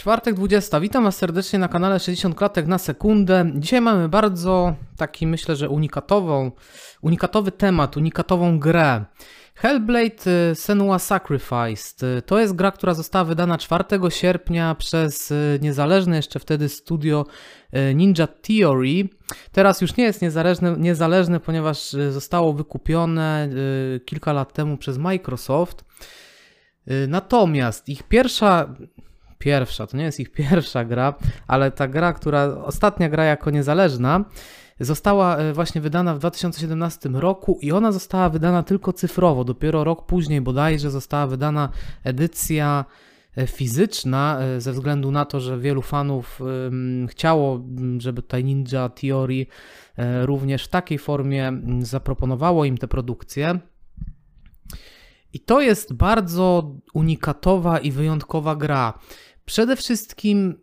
Czwartek 20. Witam Was serdecznie na kanale 60 klatek na sekundę. Dzisiaj mamy bardzo taki, myślę, że unikatowy temat, unikatową grę. Hellblade Senua's Sacrificed. To jest gra, która została wydana 4 sierpnia przez niezależne jeszcze wtedy studio Ninja Theory. Teraz już nie jest niezależne, ponieważ zostało wykupione kilka lat temu przez Microsoft. Natomiast ich pierwsza, to nie jest ich pierwsza gra, ale ta gra, ostatnia gra jako niezależna, została właśnie wydana w 2017 roku i ona została wydana tylko cyfrowo. Dopiero rok później bodajże została wydana edycja fizyczna, ze względu na to, że wielu fanów chciało, żeby tutaj Ninja Theory również w takiej formie zaproponowało im tę produkcję. I to jest bardzo unikatowa i wyjątkowa gra. Przede wszystkim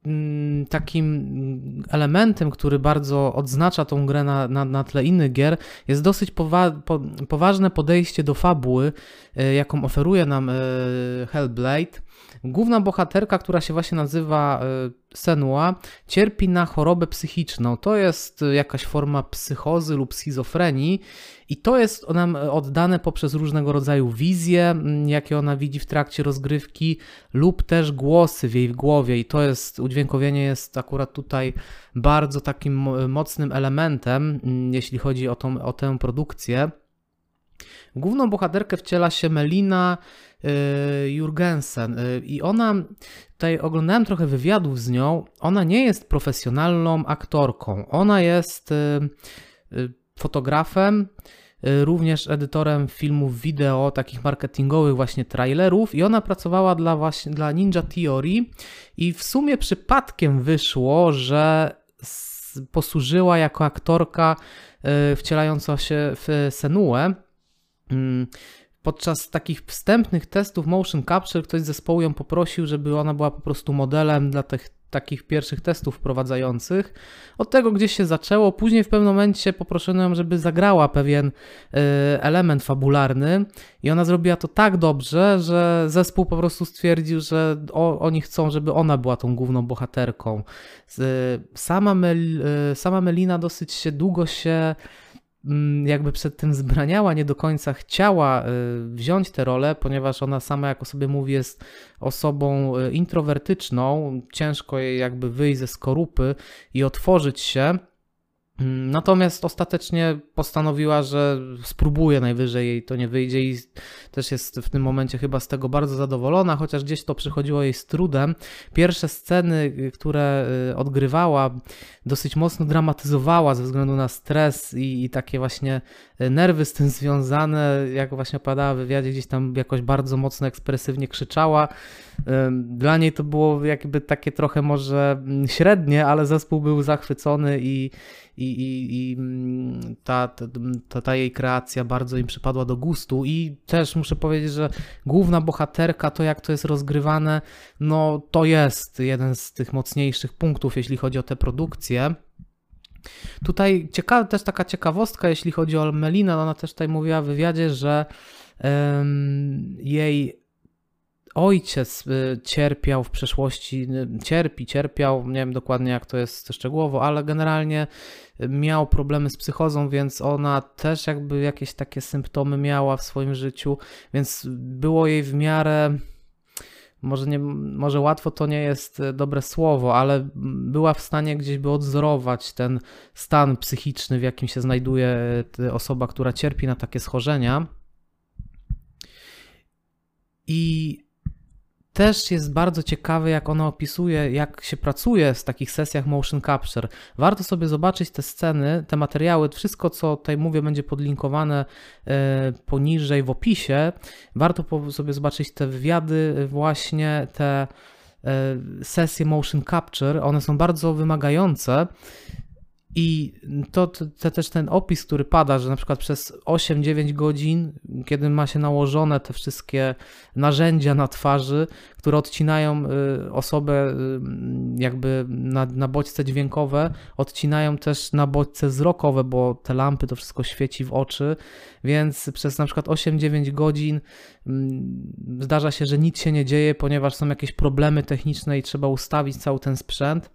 takim elementem, który bardzo odznacza tą grę na tle innych gier, jest dosyć poważne podejście do fabuły, jaką oferuje nam Hellblade. Główna bohaterka, która się właśnie nazywa Senua, cierpi na chorobę psychiczną. To jest jakaś forma psychozy lub schizofrenii i to jest nam oddane poprzez różnego rodzaju wizje, jakie ona widzi w trakcie rozgrywki, lub też głosy w jej głowie i to jest, udźwiękowienie jest akurat tutaj bardzo takim mocnym elementem, jeśli chodzi o tę produkcję. Główną bohaterkę wciela się Melina Jurgensen i ona, tutaj oglądałem trochę wywiadów z nią, ona nie jest profesjonalną aktorką, ona jest fotografem, również edytorem filmów wideo, takich marketingowych właśnie trailerów i ona pracowała dla Ninja Theory i w sumie przypadkiem wyszło, że posłużyła jako aktorka wcielająca się w Senuę. Podczas takich wstępnych testów motion capture ktoś z zespołu ją poprosił, żeby ona była po prostu modelem dla takich pierwszych testów wprowadzających. Od tego gdzieś się zaczęło, później w pewnym momencie poproszono ją, żeby zagrała pewien element fabularny i ona zrobiła to tak dobrze, że zespół po prostu stwierdził, że oni chcą, żeby ona była tą główną bohaterką. Sama Melina dosyć długo się jakby przed tym zbraniała, nie do końca chciała wziąć tę rolę, ponieważ ona sama, jak o sobie mówi, jest osobą introwertyczną, ciężko jej jakby wyjść ze skorupy i otworzyć się. Natomiast ostatecznie postanowiła, że spróbuje, najwyżej jej to nie wyjdzie i też jest w tym momencie chyba z tego bardzo zadowolona, chociaż gdzieś to przychodziło jej z trudem. Pierwsze sceny, które odgrywała, dosyć mocno dramatyzowała ze względu na stres i takie właśnie nerwy z tym związane, jak właśnie opowiadała w wywiadzie, gdzieś tam jakoś bardzo mocno ekspresywnie krzyczała. Dla niej to było jakby takie trochę może średnie, ale zespół był zachwycony i ta jej kreacja bardzo im przypadła do gustu i też muszę powiedzieć, że główna bohaterka, to jak to jest rozgrywane, no to jest jeden z tych mocniejszych punktów, jeśli chodzi o tę produkcję. Tutaj też taka ciekawostka, jeśli chodzi o Melinę, ona też tutaj mówiła w wywiadzie, że jej ojciec cierpiał w przeszłości, cierpiał, nie wiem dokładnie jak to jest szczegółowo, ale generalnie miał problemy z psychozą, więc ona też jakby jakieś takie symptomy miała w swoim życiu, więc było jej w miarę, może łatwo to nie jest dobre słowo, ale była w stanie gdzieś by odzorować ten stan psychiczny, w jakim się znajduje osoba, która cierpi na takie schorzenia. I też jest bardzo ciekawe, jak ona opisuje, jak się pracuje w takich sesjach motion capture. Warto sobie zobaczyć te sceny, te materiały, wszystko co tutaj mówię będzie podlinkowane poniżej w opisie. Warto sobie zobaczyć te wywiady, właśnie te sesje motion capture. One są bardzo wymagające I to też ten opis, który pada, że na przykład przez 8-9 godzin, kiedy ma się nałożone te wszystkie narzędzia na twarzy, które odcinają osobę jakby na bodźce dźwiękowe, odcinają też na bodźce wzrokowe, bo te lampy to wszystko świeci w oczy, więc przez na przykład 8-9 godzin zdarza się, że nic się nie dzieje, ponieważ są jakieś problemy techniczne i trzeba ustawić cały ten sprzęt.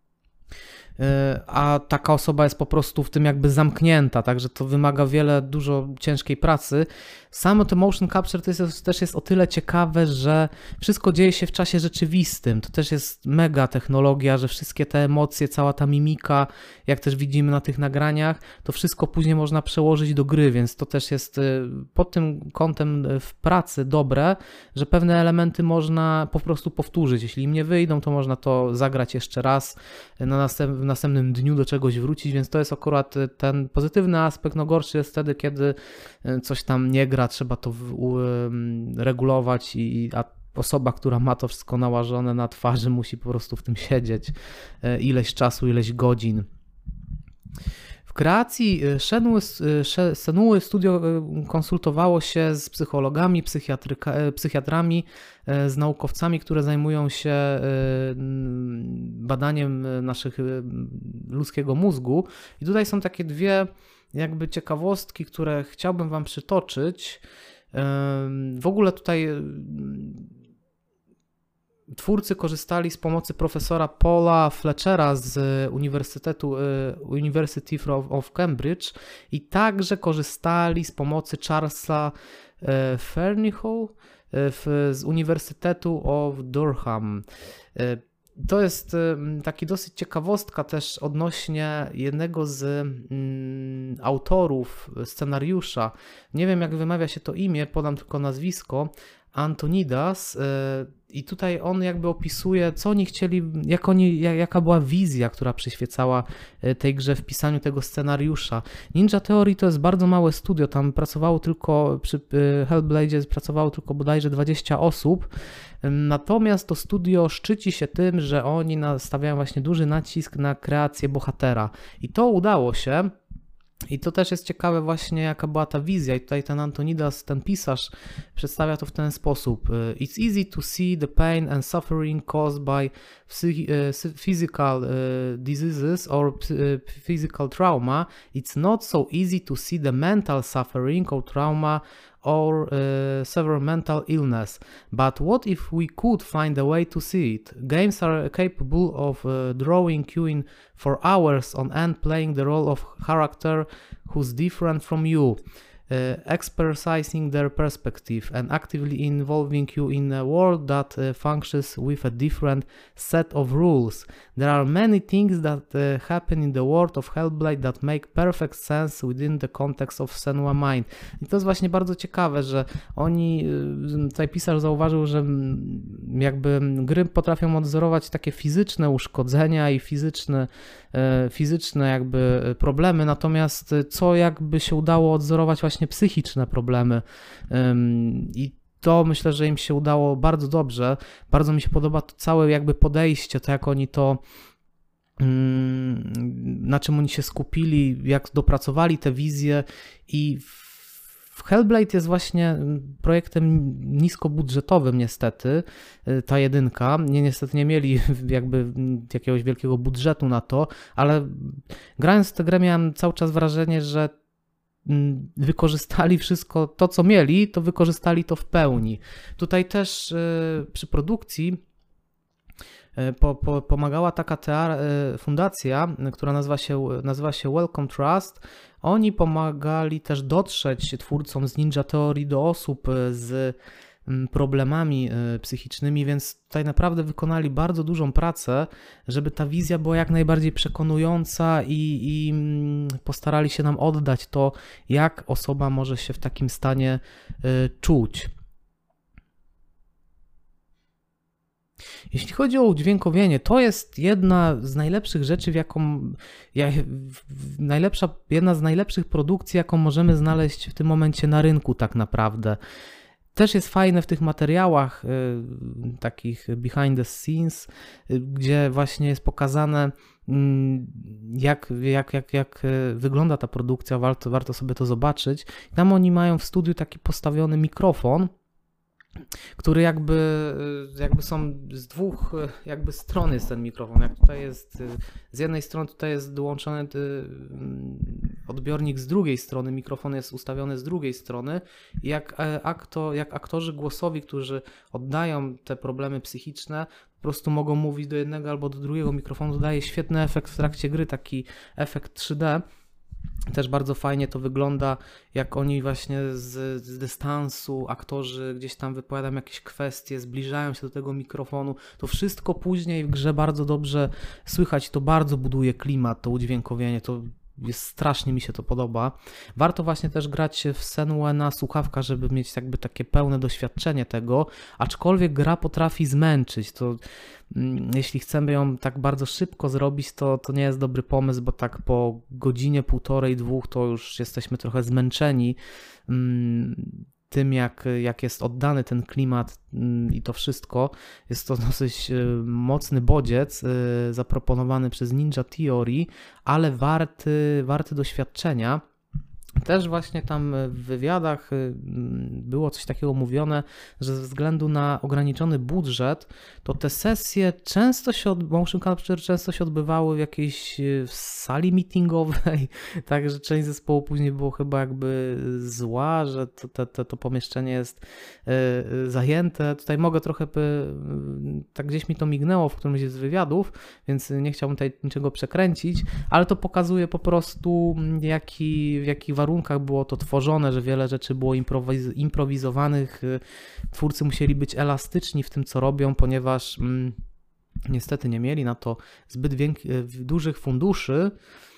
A taka osoba jest po prostu w tym jakby zamknięta, także to wymaga dużo ciężkiej pracy. Samo to motion capture też jest o tyle ciekawe, że wszystko dzieje się w czasie rzeczywistym. To też jest mega technologia, że wszystkie te emocje, cała ta mimika, jak też widzimy na tych nagraniach, to wszystko później można przełożyć do gry, więc to też jest pod tym kątem w pracy dobre, że pewne elementy można po prostu powtórzyć. Jeśli im nie wyjdą, to można to zagrać jeszcze raz w następnym dniu do czegoś wrócić, więc to jest akurat ten pozytywny aspekt. No gorszy jest wtedy, kiedy coś tam nie gra, trzeba to regulować a osoba, która ma to wszystko nałożone na twarzy, musi po prostu w tym siedzieć ileś czasu, ileś godzin. W kreacji Senua Studio konsultowało się z psychologami, psychiatrami, z naukowcami, które zajmują się badaniem ludzkiego mózgu. I tutaj są takie dwie jakby ciekawostki, które chciałbym Wam przytoczyć. W ogóle tutaj twórcy korzystali z pomocy profesora Paula Fletchera z University of Cambridge i także korzystali z pomocy Charlesa Fernyhough z Uniwersytetu of Durham. To jest taki dosyć ciekawostka też odnośnie jednego z autorów scenariusza. Nie wiem, jak wymawia się to imię, podam tylko nazwisko. Antonidas, i tutaj on jakby opisuje, co oni chcieli, jaka była wizja, która przyświecała tej grze w pisaniu tego scenariusza. Ninja Theory to jest bardzo małe studio, tam pracowało tylko, przy Hellblade pracowało tylko bodajże 20 osób, natomiast to studio szczyci się tym, że oni stawiają właśnie duży nacisk na kreację bohatera i to udało się. I to też jest ciekawe właśnie, jaka była ta wizja i tutaj ten Antonidas, ten pisarz przedstawia to w ten sposób. It's easy to see the pain and suffering caused by physical diseases or physical trauma. It's not so easy to see the mental suffering or trauma or severe mental illness. But what if we could find a way to see it? Games are capable of drawing you in for hours on end, playing the role of character who's different from you, exercising their perspective and actively involving you in a world that functions with a different set of rules. There are many things that happen in the world of Hellblade that make perfect sense within the context of Senua Mind. I to jest właśnie bardzo ciekawe, że tutaj pisarz zauważył, że jakby gry potrafią odzorować takie fizyczne uszkodzenia i fizyczne jakby problemy, natomiast co jakby się udało odzorować właśnie psychiczne problemy i to myślę, że im się udało bardzo dobrze. Bardzo mi się podoba to całe jakby podejście, to jak oni to, na czym oni się skupili, jak dopracowali te wizje i Hellblade jest właśnie projektem niskobudżetowym niestety, ta jedynka. Niestety nie mieli jakby jakiegoś wielkiego budżetu na to, ale grając w tę grę miałem cały czas wrażenie, że wykorzystali wszystko to, co mieli, to wykorzystali to w pełni. Tutaj też przy produkcji pomagała taka fundacja, która nazywa się Wellcome Trust. Oni pomagali też dotrzeć twórcom z Ninja Theory do osób z problemami psychicznymi, więc tutaj naprawdę wykonali bardzo dużą pracę, żeby ta wizja była jak najbardziej przekonująca i postarali się nam oddać to, jak osoba może się w takim stanie czuć. Jeśli chodzi o udźwiękowienie, to jest jedna z najlepszych rzeczy, jedna z najlepszych produkcji, jaką możemy znaleźć w tym momencie na rynku tak naprawdę. Też jest fajne w tych materiałach takich behind the scenes, gdzie właśnie jest pokazane, jak wygląda ta produkcja, warto sobie to zobaczyć. Tam oni mają w studiu taki postawiony mikrofon, który jakby są z dwóch jakby stron jest ten mikrofon. Jak tutaj jest z jednej strony tutaj jest dołączony odbiornik z drugiej strony, mikrofon jest ustawiony z drugiej strony i jak aktorzy głosowi, którzy oddają te problemy psychiczne, po prostu mogą mówić do jednego albo do drugiego mikrofonu, daje świetny efekt w trakcie gry, taki efekt 3D. Też bardzo fajnie to wygląda, jak oni właśnie z dystansu, aktorzy gdzieś tam wypowiadają jakieś kwestie, zbliżają się do tego mikrofonu. To wszystko później w grze bardzo dobrze słychać, to bardzo buduje klimat, to udźwiękowienie, to jest strasznie mi się to podoba. Warto właśnie też grać w Senuę na słuchawkach, żeby mieć jakby takie pełne doświadczenie tego, aczkolwiek gra potrafi zmęczyć, to jeśli chcemy ją tak bardzo szybko zrobić, to nie jest dobry pomysł, bo tak po godzinie, półtorej, dwóch to już jesteśmy trochę zmęczeni tym, jak jest oddany ten klimat i to wszystko. Jest to dosyć mocny bodziec zaproponowany przez Ninja Theory, ale warty doświadczenia. Też właśnie tam w wywiadach było coś takiego mówione, że ze względu na ograniczony budżet, to te sesje motion capture często się odbywały w jakiejś sali meetingowej, także część zespołu później było chyba jakby zła, że to pomieszczenie jest zajęte. Tutaj mogę trochę, tak gdzieś mi to mignęło w którymś z wywiadów, więc nie chciałbym tutaj niczego przekręcić, ale to pokazuje po prostu w jakich warunkach było to tworzone, że wiele rzeczy było improwizowanych. Twórcy musieli być elastyczni w tym, co robią, ponieważ niestety nie mieli na to zbyt dużych funduszy.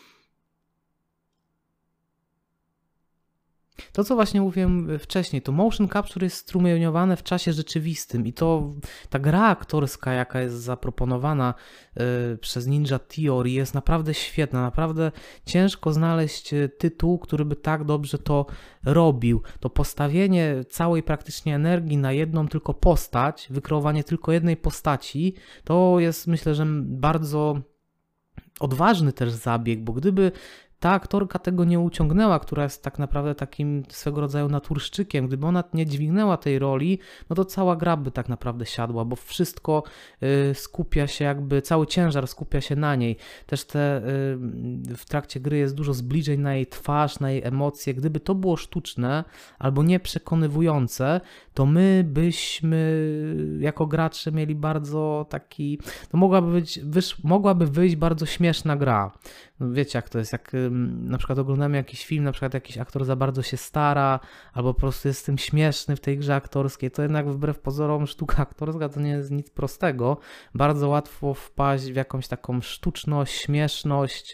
To, co właśnie mówiłem wcześniej, to motion capture jest strumieniowane w czasie rzeczywistym i to ta gra aktorska, jaka jest zaproponowana przez Ninja Theory, jest naprawdę świetna. Naprawdę ciężko znaleźć tytuł, który by tak dobrze to robił. To postawienie całej praktycznie energii na jedną tylko postać, wykreowanie tylko jednej postaci, to jest, myślę, że bardzo odważny też zabieg, bo gdyby ta aktorka tego nie uciągnęła, która jest tak naprawdę takim swego rodzaju naturszczykiem, gdyby ona nie dźwignęła tej roli, no to cała gra by tak naprawdę siadła, bo wszystko skupia się jakby, cały ciężar skupia się na niej. Też w trakcie gry jest dużo zbliżeń na jej twarz, na jej emocje. Gdyby to było sztuczne albo nieprzekonywujące, to my byśmy jako gracze mieli bardzo taki, to mogłaby wyjść bardzo śmieszna gra. No wiecie jak to jest, jak na przykład oglądamy jakiś film, na przykład jakiś aktor za bardzo się stara, albo po prostu jest z tym śmieszny w tej grze aktorskiej, to jednak wbrew pozorom sztuka aktorska to nie jest nic prostego. Bardzo łatwo wpaść w jakąś taką sztuczność, śmieszność,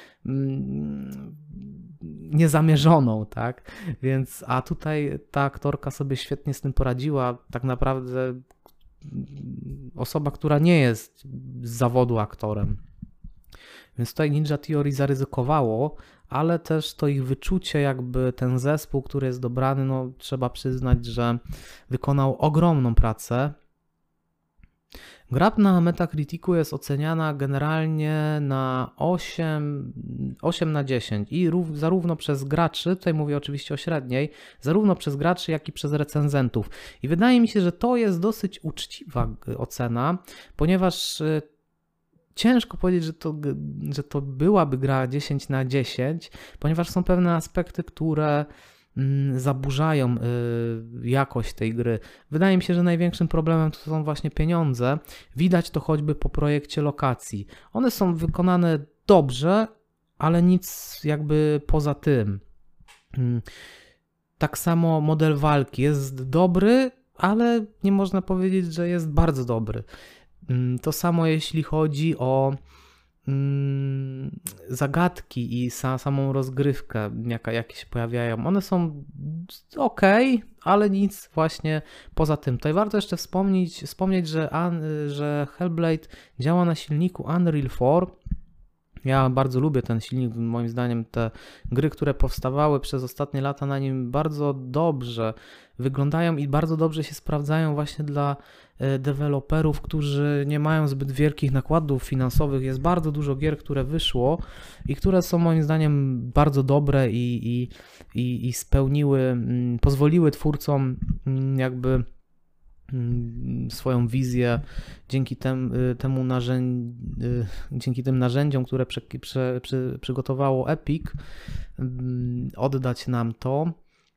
niezamierzoną, tak? Więc, a tutaj ta aktorka sobie świetnie z tym poradziła, tak naprawdę osoba, która nie jest z zawodu aktorem. Więc tutaj Ninja Theory zaryzykowało, ale też to ich wyczucie, jakby ten zespół, który jest dobrany, no trzeba przyznać, że wykonał ogromną pracę. Gra na Metacriticu jest oceniana generalnie na 8 na 10 i zarówno przez graczy, tutaj mówię oczywiście o średniej, zarówno przez graczy, jak i przez recenzentów. I wydaje mi się, że to jest dosyć uczciwa ocena, ponieważ ciężko powiedzieć, że to byłaby gra 10 na 10, ponieważ są pewne aspekty, które zaburzają jakość tej gry. Wydaje mi się, że największym problemem to są właśnie pieniądze. Widać to choćby po projekcie lokacji. One są wykonane dobrze, ale nic jakby poza tym. Tak samo model walki jest dobry, ale nie można powiedzieć, że jest bardzo dobry. To samo jeśli chodzi o zagadki i samą rozgrywkę, jakie się pojawiają. One są ok, ale nic właśnie poza tym. Tutaj warto jeszcze wspomnieć, że Hellblade działa na silniku Unreal 4. Ja bardzo lubię ten silnik, moim zdaniem te gry, które powstawały przez ostatnie lata na nim bardzo dobrze wyglądają i bardzo dobrze się sprawdzają właśnie dla deweloperów, którzy nie mają zbyt wielkich nakładów finansowych. Jest bardzo dużo gier, które wyszło i które są moim zdaniem bardzo dobre i spełniły, pozwoliły twórcom jakby swoją wizję dzięki dzięki tym narzędziom, które przygotowało Epic, oddać nam to.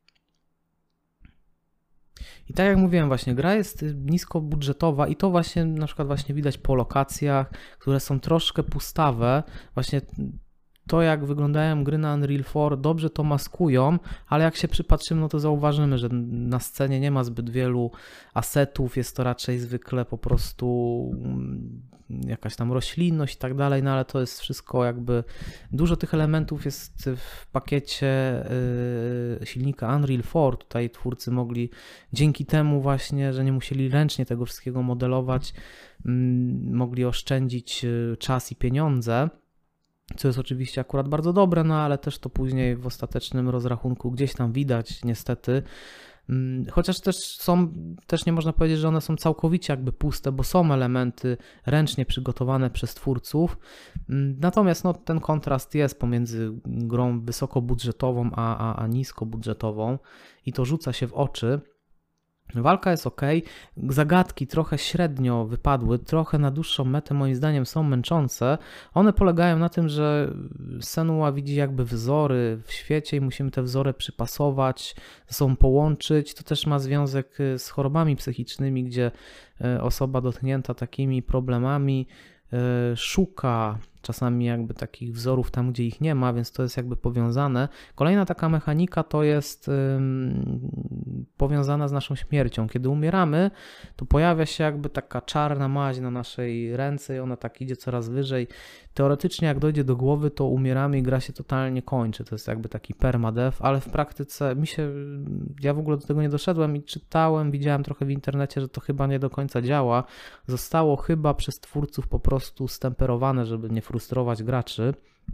I tak jak mówiłem właśnie, gra jest niskobudżetowa i to właśnie na przykład właśnie widać po lokacjach, które są troszkę pustawe. Właśnie to, jak wyglądają gry na Unreal 4, dobrze to maskują, ale jak się przypatrzymy, no to zauważymy, że na scenie nie ma zbyt wielu asetów, jest to raczej zwykle po prostu jakaś tam roślinność i tak dalej, no ale to jest wszystko jakby, dużo tych elementów jest w pakiecie silnika Unreal 4, tutaj twórcy mogli, dzięki temu właśnie, że nie musieli ręcznie tego wszystkiego modelować, mogli oszczędzić czas i pieniądze, co jest oczywiście akurat bardzo dobre, no ale też to później w ostatecznym rozrachunku gdzieś tam widać niestety, chociaż też nie można powiedzieć, że one są całkowicie jakby puste, bo są elementy ręcznie przygotowane przez twórców, natomiast no, ten kontrast jest pomiędzy grą wysokobudżetową a niskobudżetową i to rzuca się w oczy. Walka jest ok, zagadki trochę średnio wypadły, trochę na dłuższą metę moim zdaniem są męczące. One polegają na tym, że Senua widzi jakby wzory w świecie i musimy te wzory przypasować, ze sobą połączyć. To też ma związek z chorobami psychicznymi, gdzie osoba dotknięta takimi problemami szuka czasami jakby takich wzorów tam, gdzie ich nie ma, więc to jest jakby powiązane. Kolejna taka mechanika to jest powiązana z naszą śmiercią. Kiedy umieramy, to pojawia się jakby taka czarna maź na naszej ręce i ona tak idzie coraz wyżej. Teoretycznie jak dojdzie do głowy, to umieramy i gra się totalnie kończy. To jest jakby taki permadeath, ale w praktyce ja w ogóle do tego nie doszedłem i czytałem, widziałem trochę w internecie, że to chyba nie do końca działa. Zostało chyba przez twórców po prostu stemperowane, żeby nie frustrować graczy,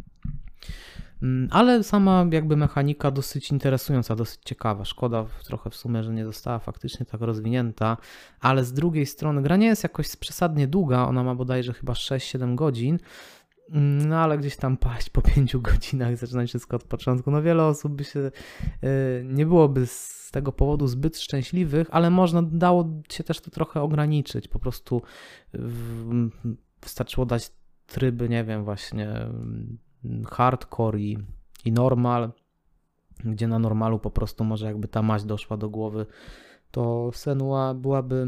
ale sama jakby mechanika dosyć interesująca, dosyć ciekawa. Szkoda trochę w sumie, że nie została faktycznie tak rozwinięta, ale z drugiej strony gra nie jest jakoś przesadnie długa, ona ma bodajże chyba 6-7 godzin, no ale gdzieś tam paść po 5 godzinach, zaczynać wszystko od początku. No wiele osób by się nie byłoby z tego powodu zbyt szczęśliwych, ale dało się też to trochę ograniczyć, po prostu wystarczyło dać tryby, nie wiem, właśnie hardcore i normal, gdzie na normalu po prostu może jakby ta maź doszła do głowy, to Senua byłaby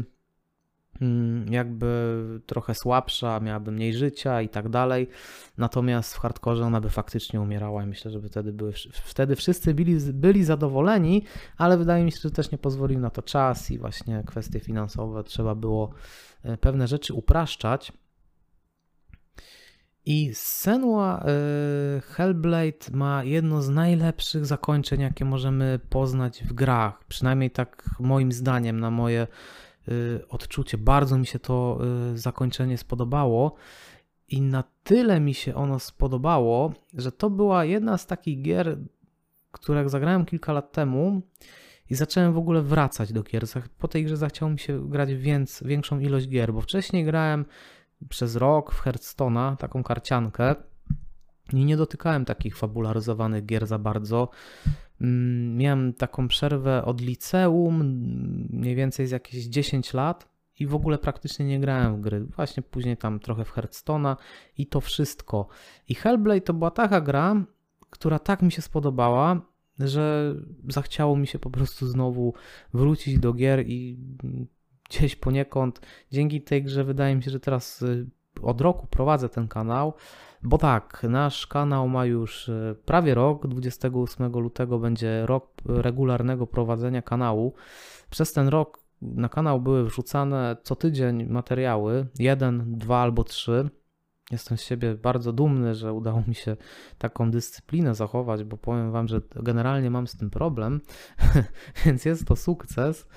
jakby trochę słabsza, miałaby mniej życia i tak dalej, natomiast w hardkorze ona by faktycznie umierała i myślę, że wtedy wszyscy byli zadowoleni, ale wydaje mi się, że też nie pozwolił na to czas i właśnie kwestie finansowe, trzeba było pewne rzeczy upraszczać. I Senua Hellblade ma jedno z najlepszych zakończeń, jakie możemy poznać w grach. Przynajmniej tak moim zdaniem, na moje odczucie. Bardzo mi się to zakończenie spodobało i na tyle mi się ono spodobało, że to była jedna z takich gier, które zagrałem kilka lat temu i zacząłem w ogóle wracać do gier. Po tej grze zachciało mi się grać większą ilość gier, bo wcześniej grałem przez rok w Hearthstone'a, taką karciankę i nie dotykałem takich fabularyzowanych gier za bardzo. Miałem taką przerwę od liceum, mniej więcej z jakieś 10 lat i w ogóle praktycznie nie grałem w gry. Właśnie później tam trochę w Hearthstone'a i to wszystko. I Hellblade to była taka gra, która tak mi się spodobała, że zachciało mi się po prostu znowu wrócić do gier i gdzieś poniekąd dzięki tej grze wydaje mi się, że teraz od roku prowadzę ten kanał, bo tak, nasz kanał ma już prawie rok, 28 lutego będzie rok regularnego prowadzenia kanału. Przez ten rok na kanał były wrzucane co tydzień materiały, 1, 2 albo 3. Jestem z siebie bardzo dumny, że udało mi się taką dyscyplinę zachować, bo powiem wam, że generalnie mam z tym problem, więc jest to sukces.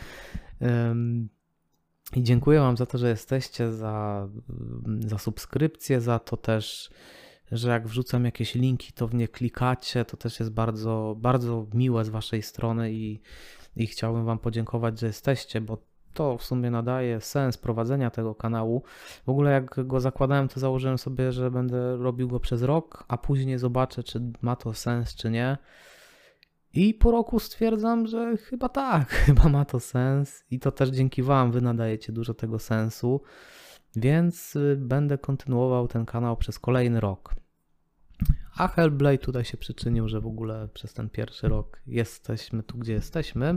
I dziękuję wam za to, że jesteście, za subskrypcję, za to też, że jak wrzucam jakieś linki, to w nie klikacie. To też jest bardzo, bardzo miłe z waszej strony i chciałbym wam podziękować, że jesteście, bo to w sumie nadaje sens prowadzenia tego kanału. W ogóle jak go zakładałem, to założyłem sobie, że będę robił go przez rok, a później zobaczę, czy ma to sens, czy nie. I po roku stwierdzam, że chyba tak, chyba ma to sens i to też dzięki wam, wy nadajecie dużo tego sensu, więc będę kontynuował ten kanał przez kolejny rok. A Hellblade tutaj się przyczynił, że w ogóle przez ten pierwszy rok jesteśmy tu, gdzie jesteśmy.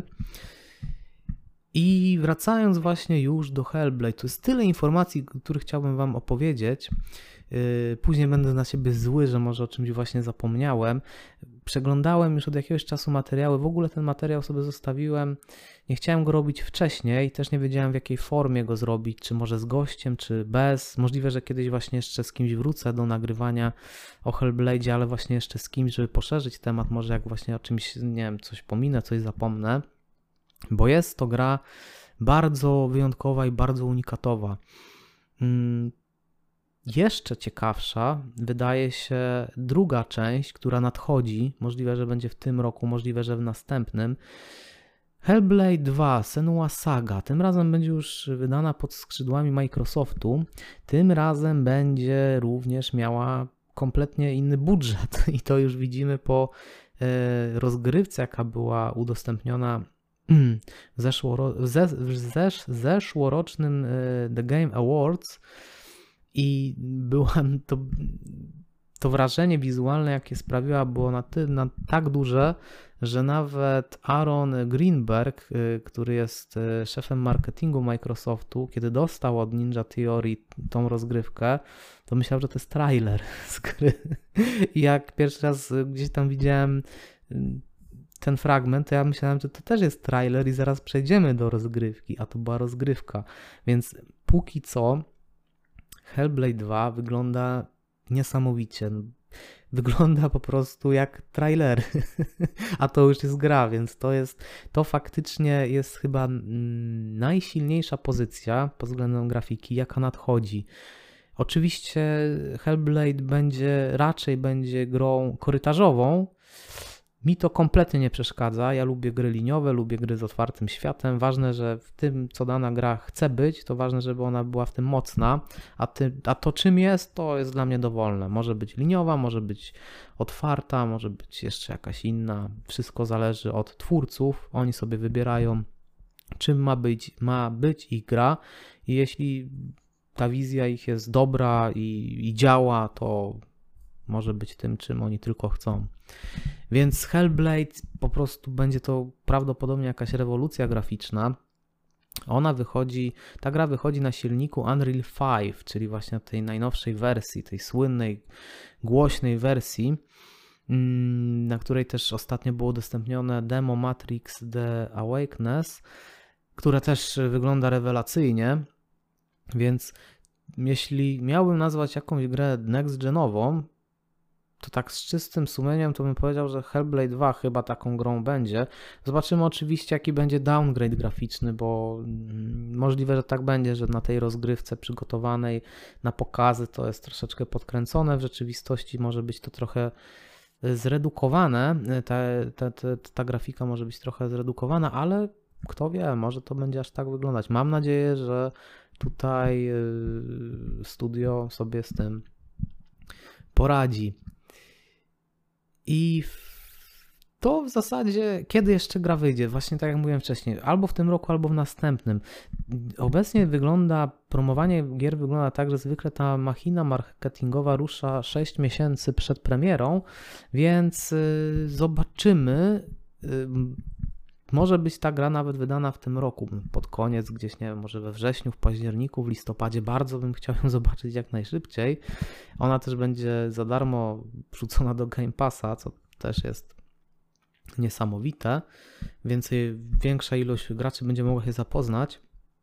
I wracając właśnie już do Hellblade, to jest tyle informacji, których chciałbym wam opowiedzieć. Później będę na siebie zły, że może o czymś właśnie zapomniałem. Przeglądałem już od jakiegoś czasu materiały, w ogóle ten materiał sobie zostawiłem. Nie chciałem go robić wcześniej, też nie wiedziałem w jakiej formie go zrobić, czy może z gościem, czy bez. Możliwe, że kiedyś właśnie jeszcze z kimś wrócę do nagrywania o Hellblade, ale właśnie jeszcze z kimś, żeby poszerzyć temat, może jak właśnie o czymś, nie wiem, coś pominę, coś zapomnę. Bo jest to gra bardzo wyjątkowa i bardzo unikatowa. Jeszcze ciekawsza wydaje się druga część, która nadchodzi. Możliwe, że będzie w tym roku, możliwe, że w następnym. Hellblade 2 Senua's Saga. Tym razem będzie już wydana pod skrzydłami Microsoftu. Tym razem będzie również miała kompletnie inny budżet. I to już widzimy po rozgrywce, jaka była udostępniona w zeszłorocznym The Game Awards i to wrażenie wizualne, jakie sprawiła, było na tak duże, że nawet Aaron Greenberg, który jest szefem marketingu Microsoftu, kiedy dostał od Ninja Theory tą rozgrywkę, to myślał, że to jest trailer z gry. I jak pierwszy raz gdzieś tam widziałem ten fragment, to ja myślałem, że to też jest trailer i zaraz przejdziemy do rozgrywki, a to była rozgrywka. Więc póki co Hellblade 2 wygląda niesamowicie. Wygląda po prostu jak trailer, a to już jest gra, więc to faktycznie jest chyba najsilniejsza pozycja pod względem grafiki, jaka nadchodzi. Oczywiście Hellblade raczej będzie grą korytarzową. Mi to kompletnie nie przeszkadza, ja lubię gry liniowe, lubię gry z otwartym światem, ważne, że w tym, co dana gra chce być, to ważne, żeby ona była w tym mocna, a to czym jest, to jest dla mnie dowolne. Może być liniowa, może być otwarta, może być jeszcze jakaś inna, wszystko zależy od twórców, oni sobie wybierają, czym ma być ich gra i jeśli ta wizja ich jest dobra i działa, to może być tym, czym oni tylko chcą. Więc Hellblade po prostu będzie to prawdopodobnie jakaś rewolucja graficzna. Ta gra wychodzi na silniku Unreal 5, czyli właśnie tej najnowszej wersji, tej słynnej, głośnej wersji, na której też ostatnio było udostępnione demo Matrix The Awakeness, które też wygląda rewelacyjnie, więc jeśli miałbym nazwać jakąś grę next-genową, to tak z czystym sumieniem to bym powiedział, że Hellblade 2 chyba taką grą będzie. Zobaczymy oczywiście, jaki będzie downgrade graficzny, bo możliwe, że tak będzie, że na tej rozgrywce przygotowanej na pokazy to jest troszeczkę podkręcone. W rzeczywistości może być to trochę zredukowane, ta grafika może być trochę zredukowana, ale kto wie, może to będzie aż tak wyglądać. Mam nadzieję, że tutaj studio sobie z tym poradzi. I to w zasadzie, kiedy jeszcze gra wyjdzie? Właśnie tak jak mówiłem wcześniej, albo w tym roku, albo w następnym. Obecnie promowanie gier wygląda tak, że zwykle ta machina marketingowa rusza 6 miesięcy przed premierą, więc zobaczymy. Może być ta gra nawet wydana w tym roku, pod koniec, gdzieś, nie wiem, może we wrześniu, w październiku, w listopadzie. Bardzo bym chciał ją zobaczyć jak najszybciej. Ona też będzie za darmo wrzucona do Game Passa, co też jest niesamowite. Większa ilość graczy będzie mogła się zapoznać.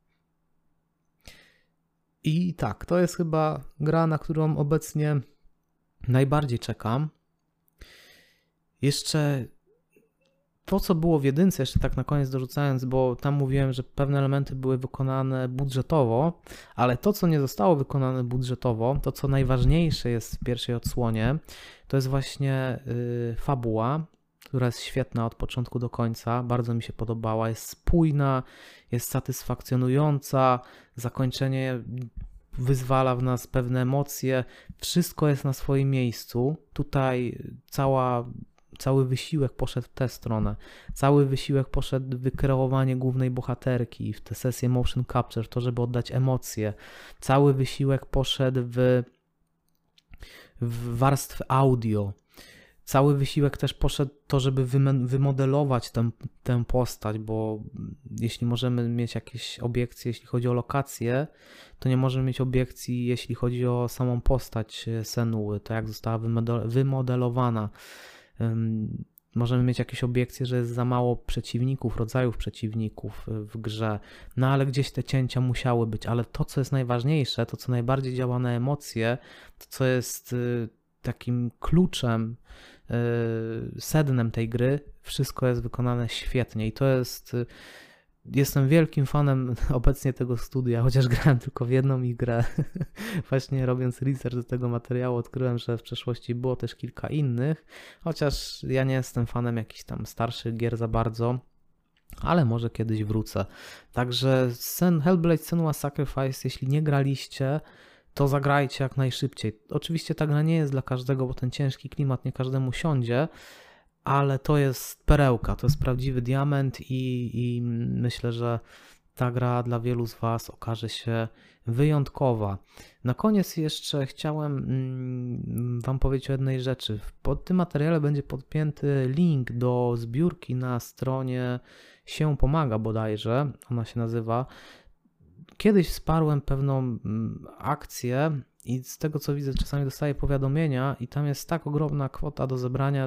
I tak, to jest chyba gra, na którą obecnie najbardziej czekam. Jeszcze To, co było w jedynce, jeszcze tak na koniec dorzucając, bo tam mówiłem, że pewne elementy były wykonane budżetowo, ale to, co nie zostało wykonane budżetowo, to, co najważniejsze jest w pierwszej odsłonie, to jest właśnie fabuła, która jest świetna od początku do końca, bardzo mi się podobała, jest spójna, jest satysfakcjonująca, zakończenie wyzwala w nas pewne emocje, wszystko jest na swoim miejscu. Tutaj cały wysiłek poszedł w tę stronę. Cały wysiłek poszedł w wykreowanie głównej bohaterki, w tę sesję motion capture, w to, żeby oddać emocje. Cały wysiłek poszedł w warstwę audio. Cały wysiłek też poszedł to, żeby wymodelować tę postać, bo jeśli możemy mieć jakieś obiekcje, jeśli chodzi o lokacje, to nie możemy mieć obiekcji, jeśli chodzi o samą postać Senuły, to jak została wymodelowana. Możemy mieć jakieś obiekcje, że jest za mało przeciwników, rodzajów przeciwników w grze, no ale gdzieś te cięcia musiały być, ale to, co jest najważniejsze, to, co najbardziej działa na emocje, to, co jest takim kluczem, sednem tej gry, wszystko jest wykonane świetnie i to jest... Jestem wielkim fanem obecnie tego studia, chociaż grałem tylko w jedną ich grę. Właśnie robiąc research do tego materiału odkryłem, że w przeszłości było też kilka innych, chociaż ja nie jestem fanem jakichś tam starszych gier za bardzo, ale może kiedyś wrócę. Także Hellblade: Senua's Sacrifice, jeśli nie graliście, to zagrajcie jak najszybciej. Oczywiście ta gra nie jest dla każdego, bo ten ciężki klimat nie każdemu siądzie, ale to jest perełka, to jest prawdziwy diament i myślę, że ta gra dla wielu z Was okaże się wyjątkowa. Na koniec jeszcze chciałem Wam powiedzieć o jednej rzeczy. Pod tym materiale będzie podpięty link do zbiórki na stronie Się Pomaga bodajże, ona się nazywa. Kiedyś wsparłem pewną akcję i z tego co widzę czasami dostaję powiadomienia i tam jest tak ogromna kwota do zebrania,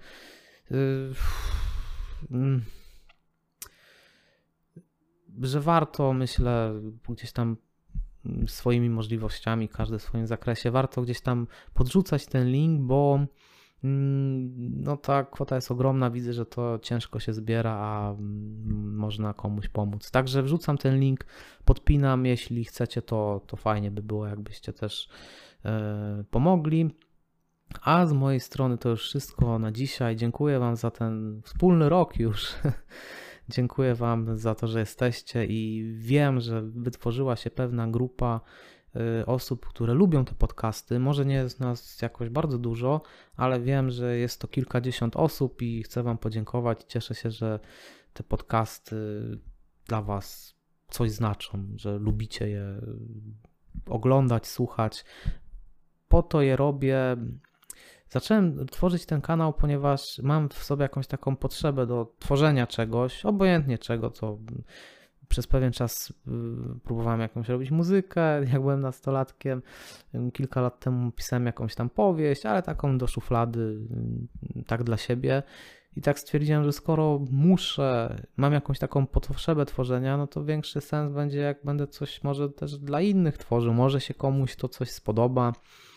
że warto, myślę, gdzieś tam swoimi możliwościami, każdy w swoim zakresie, warto gdzieś tam podrzucać ten link, bo no ta kwota jest ogromna, widzę, że to ciężko się zbiera, a można komuś pomóc. Także wrzucam ten link, podpinam, jeśli chcecie, to fajnie by było, jakbyście też pomogli. A z mojej strony to już wszystko na dzisiaj. Dziękuję Wam za ten wspólny rok już. Dziękuję Wam za to, że jesteście i wiem, że wytworzyła się pewna grupa osób, które lubią te podcasty. Może nie jest nas jakoś bardzo dużo, ale wiem, że jest to kilkadziesiąt osób i chcę Wam podziękować. Cieszę się, że te podcasty dla Was coś znaczą, że lubicie je oglądać, słuchać. Po to je robię. Zacząłem tworzyć ten kanał, ponieważ mam w sobie jakąś taką potrzebę do tworzenia czegoś, obojętnie czego, co przez pewien czas próbowałem jakąś robić muzykę, jak byłem nastolatkiem. Kilka lat temu pisałem jakąś tam powieść, ale taką do szuflady, tak dla siebie. I tak stwierdziłem, że skoro mam jakąś taką potrzebę tworzenia, no to większy sens będzie, jak będę coś może też dla innych tworzył. Może się komuś to coś spodoba.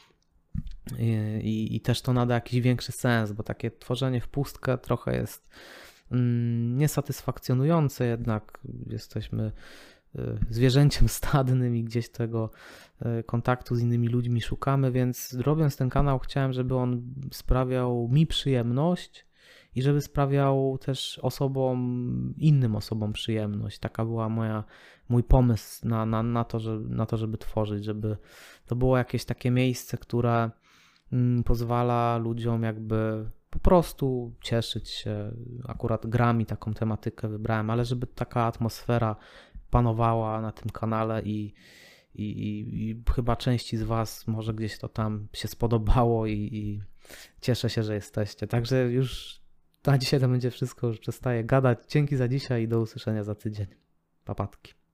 I też to nada jakiś większy sens, bo takie tworzenie w pustkę trochę jest niesatysfakcjonujące, jednak jesteśmy zwierzęciem stadnym i gdzieś tego kontaktu z innymi ludźmi szukamy, więc robiąc ten kanał chciałem, żeby on sprawiał mi przyjemność i żeby sprawiał też innym osobom przyjemność. Taka była mój pomysł na to, żeby tworzyć, żeby to było jakieś takie miejsce, które pozwala ludziom jakby po prostu cieszyć się. Akurat grami taką tematykę wybrałem, ale żeby taka atmosfera panowała na tym kanale i chyba części z Was może gdzieś to tam się spodobało i cieszę się, że jesteście. Także już na dzisiaj to będzie wszystko, już przestaję gadać. Dzięki za dzisiaj i do usłyszenia za tydzień. Papatki.